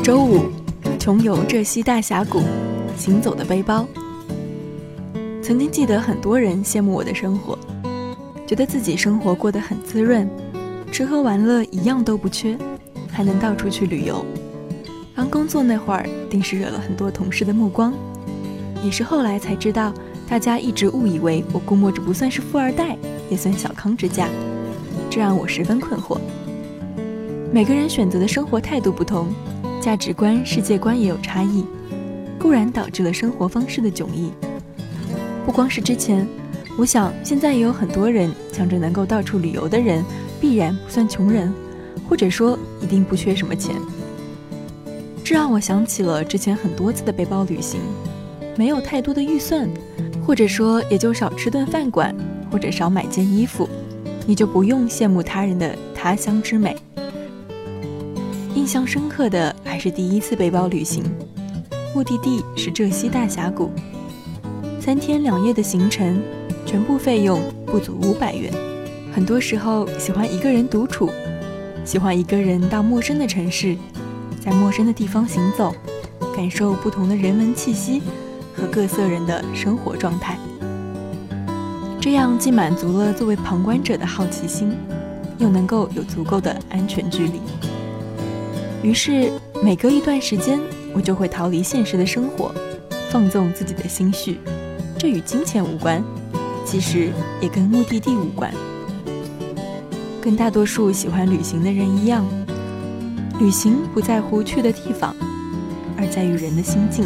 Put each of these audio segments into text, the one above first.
周5，穷游浙西大峡谷，行走的背包。曾经记得很多人羡慕我的生活，觉得自己生活过得很滋润，吃喝玩乐一样都不缺，还能到处去旅游。刚工作那会儿，定是惹了很多同事的目光，也是后来才知道，大家一直误以为我估摸着不算是富二代，也算小康之家，这让我十分困惑。每个人选择的生活态度不同，价值观、世界观也有差异，固然导致了生活方式的迥异。不光是之前，我想现在也有很多人想着能够到处旅游的人，必然不算穷人，或者说一定不缺什么钱。这让我想起了之前很多次的背包旅行，没有太多的预算，或者说也就少吃顿饭馆，或者少买件衣服，你就不用羡慕他人的他乡之美。印象深刻的还是第一次背包旅行，目的地是浙西大峡谷，3天2夜的行程，全部费用不足500元。很多时候喜欢一个人独处，喜欢一个人到陌生的城市，在陌生的地方行走，感受不同的人文气息和各色人的生活状态。这样既满足了作为旁观者的好奇心，又能够有足够的安全距离。于是每隔一段时间，我就会逃离现实的生活，放纵自己的心绪。这与金钱无关，其实也跟目的地无关。跟大多数喜欢旅行的人一样，旅行不在乎去的地方，而在于人的心境。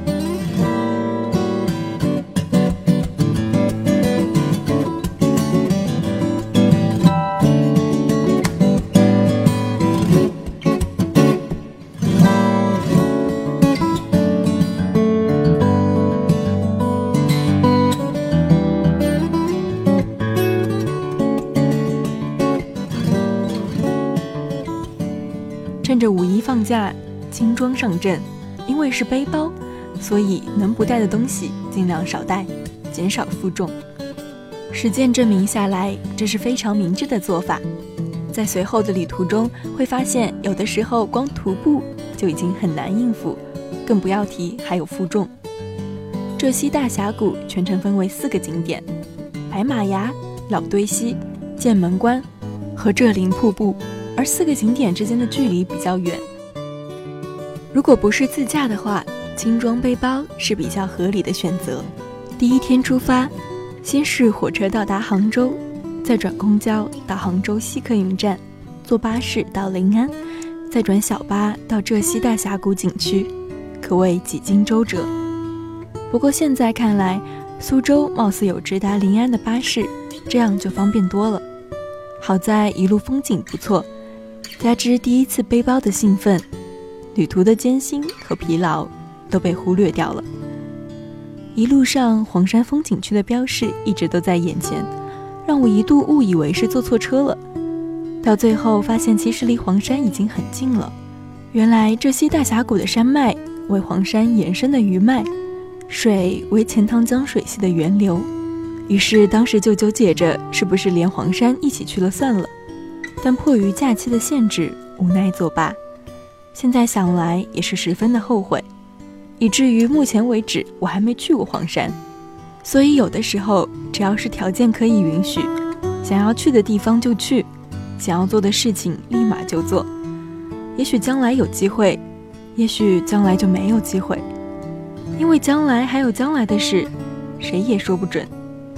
趁着5一放假，轻装上阵。因为是背包，所以能不带的东西尽量少带，减少负重。实践证明下来，这是非常明智的做法。在随后的旅途中，会发现有的时候光徒步就已经很难应付，更不要提还有负重。浙西大峡谷全程分为4个景点：白马崖、老堆溪、剑门关和浙林瀑布。而4个景点之间的距离比较远，如果不是自驾的话，轻装背包是比较合理的选择。第1天出发，先是火车到达杭州，再转公交到杭州西客运站，坐巴士到临安，再转小巴到浙西大峡谷景区，可谓几经周折。不过现在看来，苏州貌似有直达临安的巴士，这样就方便多了。好在一路风景不错，加之第一次背包的兴奋，旅途的艰辛和疲劳都被忽略掉了。一路上黄山风景区的标示一直都在眼前，让我一度误以为是坐错车了。到最后发现其实离黄山已经很近了。原来浙西大峡谷的山脉为黄山延伸的余脉，水为钱塘江水系的源流。于是当时就纠结着是不是连黄山一起去了算了，但迫于假期的限制，无奈作罢。现在想来也是十分的后悔，以至于目前为止我还没去过黄山。所以有的时候只要是条件可以允许，想要去的地方就去，想要做的事情立马就做。也许将来有机会，也许将来就没有机会，因为将来还有将来的事，谁也说不准。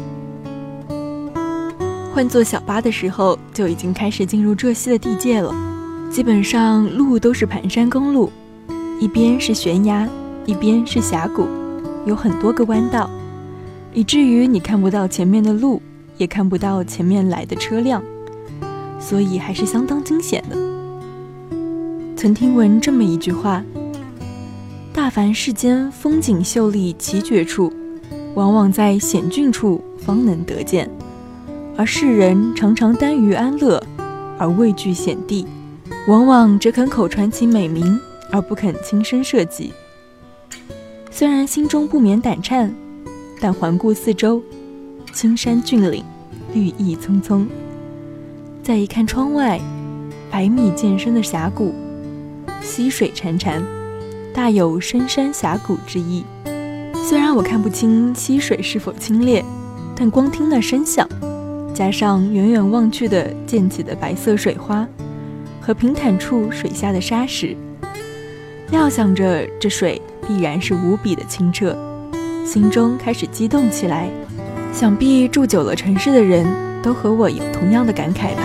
换坐小巴的时候，就已经开始进入浙西的地界了。基本上路都是盘山公路，一边是悬崖，一边是峡谷，有很多个弯道，以至于你看不到前面的路，也看不到前面来的车辆，所以还是相当惊险的。曾听闻这么一句话：大凡世间风景秀丽奇绝处，往往在险峻处方能得见。而世人常常耽于安乐，而畏惧险地，往往只肯口传其美名，而不肯亲身涉及。虽然心中不免胆颤，但环顾四周，青山峻岭，绿意葱葱。再一看窗外，百米见深的峡谷，溪水潺潺， 大有深山峡谷之意。虽然我看不清溪水是否清冽，但光听那声响，加上远远望去的溅起的白色水花和平坦处水下的沙石，料想着这水必然是无比的清澈，心中开始激动起来。想必住久了城市的人都和我有同样的感慨吧。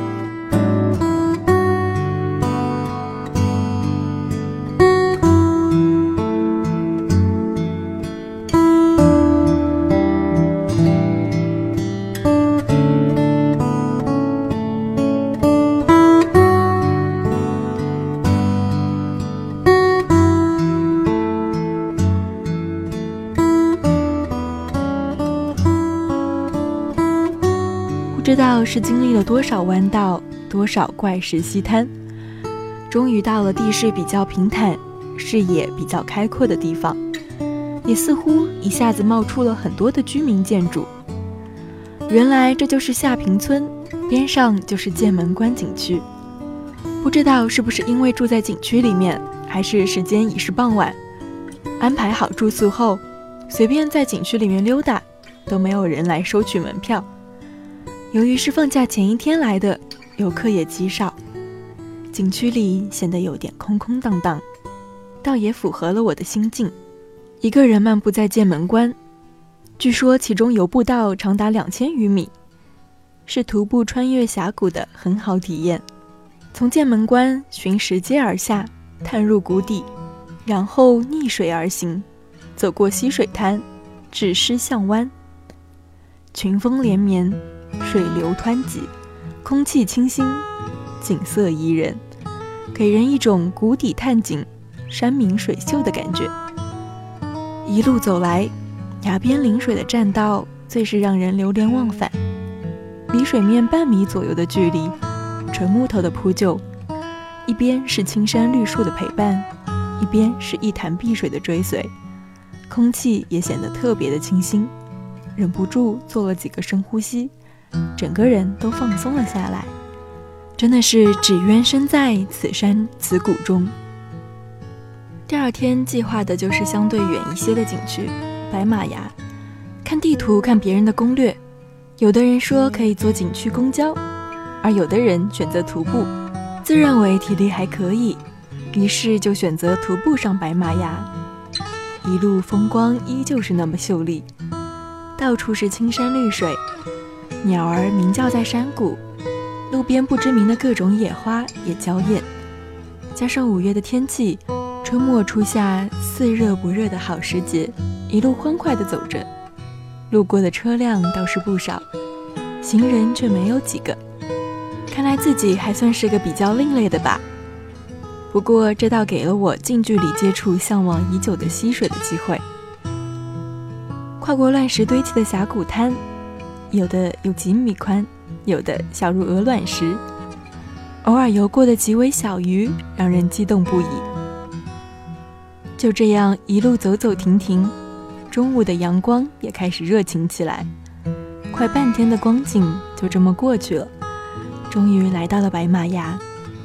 不知道是经历了多少弯道，多少怪石溪滩，终于到了地势比较平坦、视野比较开阔的地方，也似乎一下子冒出了很多的居民建筑。原来这就是下坪村，边上就是剑门关景区。不知道是不是因为住在景区里面，还是时间已是傍晚，安排好住宿后，随便在景区里面溜达，都没有人来收取门票。由于是放假前一天来的，游客也极少，景区里显得有点空空荡荡，倒也符合了我的心境。一个人漫步在剑门关，据说其中游步道长达2000余米，是徒步穿越峡谷的很好体验。从剑门关循石阶而下，探入谷底，然后逆水而行，走过溪水滩，至狮象湾。群峰连绵，水流湍急，空气清新，景色宜人，给人一种谷底探景、山明水秀的感觉。一路走来，崖边临水的栈道最是让人流连忘返。离水面半米左右的距离，纯木头的铺就，一边是青山绿树的陪伴，一边是一潭碧水的追随，空气也显得特别的清新，忍不住做了几个深呼吸，整个人都放松了下来。真的是只缘身在此山此谷中。第二天计划的就是相对远一些的景区白马崖。看地图，看别人的攻略，有的人说可以坐景区公交，而有的人选择徒步，自认为体力还可以，于是就选择徒步上白马崖。一路风光依旧是那么秀丽，到处是青山绿水，鸟儿鸣叫在山谷，路边不知名的各种野花也娇艳，加上5月的天气，春末初夏，似热不热的好时节，一路欢快地走着，路过的车辆倒是不少，行人却没有几个，看来自己还算是个比较另类的吧。不过这倒给了我近距离接触向往已久的溪水的机会。跨过乱石堆砌的峡谷滩，有的有几米宽，有的小如鹅卵石，偶尔游过的几尾小鱼让人激动不已。就这样一路走走停停，中午的阳光也开始热情起来，快半天的光景就这么过去了，终于来到了白马崖。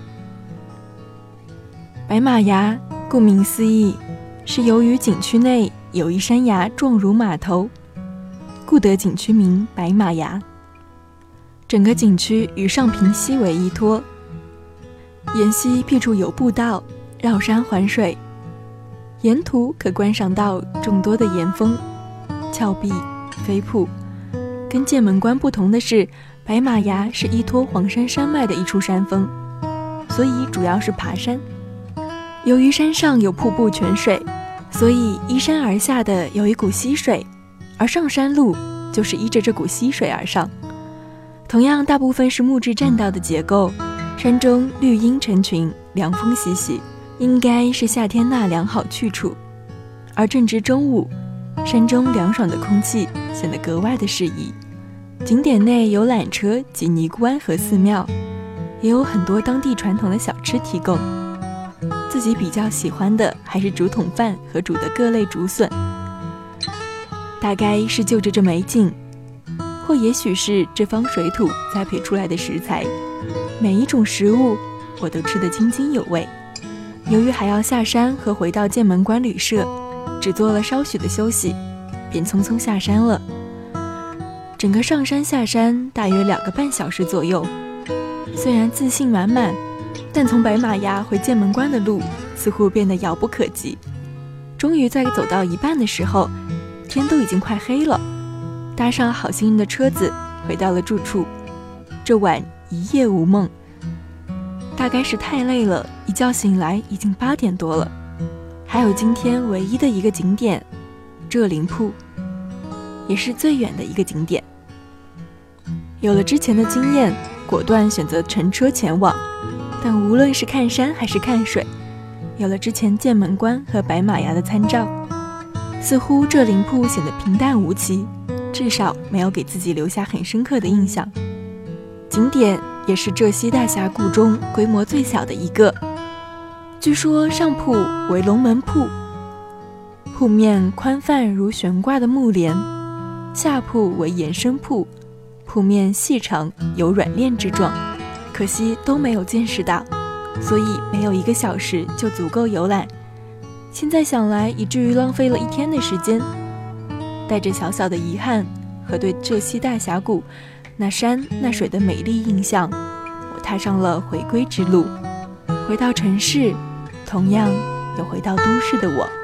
白马崖顾名思义，是由于景区内有一山崖状如马头，故得景区名白马崖。整个景区与上坪溪为依托，沿溪辟出有步道，绕山环水，沿途可观赏到众多的岩峰、峭壁、飞瀑。跟剑门关不同的是，白马崖是依托黄山山脉的一处山峰，所以主要是爬山。由于山上有瀑布泉水，所以依山而下的有一股溪水，而上山路就是依着这股溪水而上。同样大部分是木质栈道的结构，山中绿荫成群，凉风习习，应该是夏天纳凉好去处。而正值中午，山中凉爽的空气显得格外的适宜。景点内有缆车及尼姑庵和寺庙，也有很多当地传统的小吃提供。自己比较喜欢的还是竹筒饭和煮的各类竹笋。大概是就着这美景，或也许是这方水土栽培出来的食材，每一种食物我都吃得津津有味。 由于还要下山和回到剑门关旅社，只做了稍许的休息，便匆匆下山了。整个上山下山大约2个半小时左右，虽然自信满满，但从白马崖回剑门关的路似乎变得遥不可及。终于在走到一半的时候，天都已经快黑了，搭上好心人的车子回到了住处。这晚一夜无梦，大概是太累了，一觉醒来已经8点多了。还有今天唯一的一个景点浙林铺，也是最远的一个景点。有了之前的经验，果断选择乘车前往，但无论是看山还是看水，有了之前剑门关和白马崖的参照，似乎浙林铺显得平淡无奇，至少没有给自己留下很深刻的印象。景点也是浙西大峡谷中规模最小的一个，据说上铺为龙门铺，铺面宽泛如悬挂的木帘，下铺为延伸铺，铺面细长有软链之状，可惜都没有见识到，所以没有1个小时就足够游览。现在想来，以至于浪费了1天的时间。带着小小的遗憾和对浙西大峡谷那山那水的美丽印象，我踏上了回归之路，回到城市，同样有回到都市的我。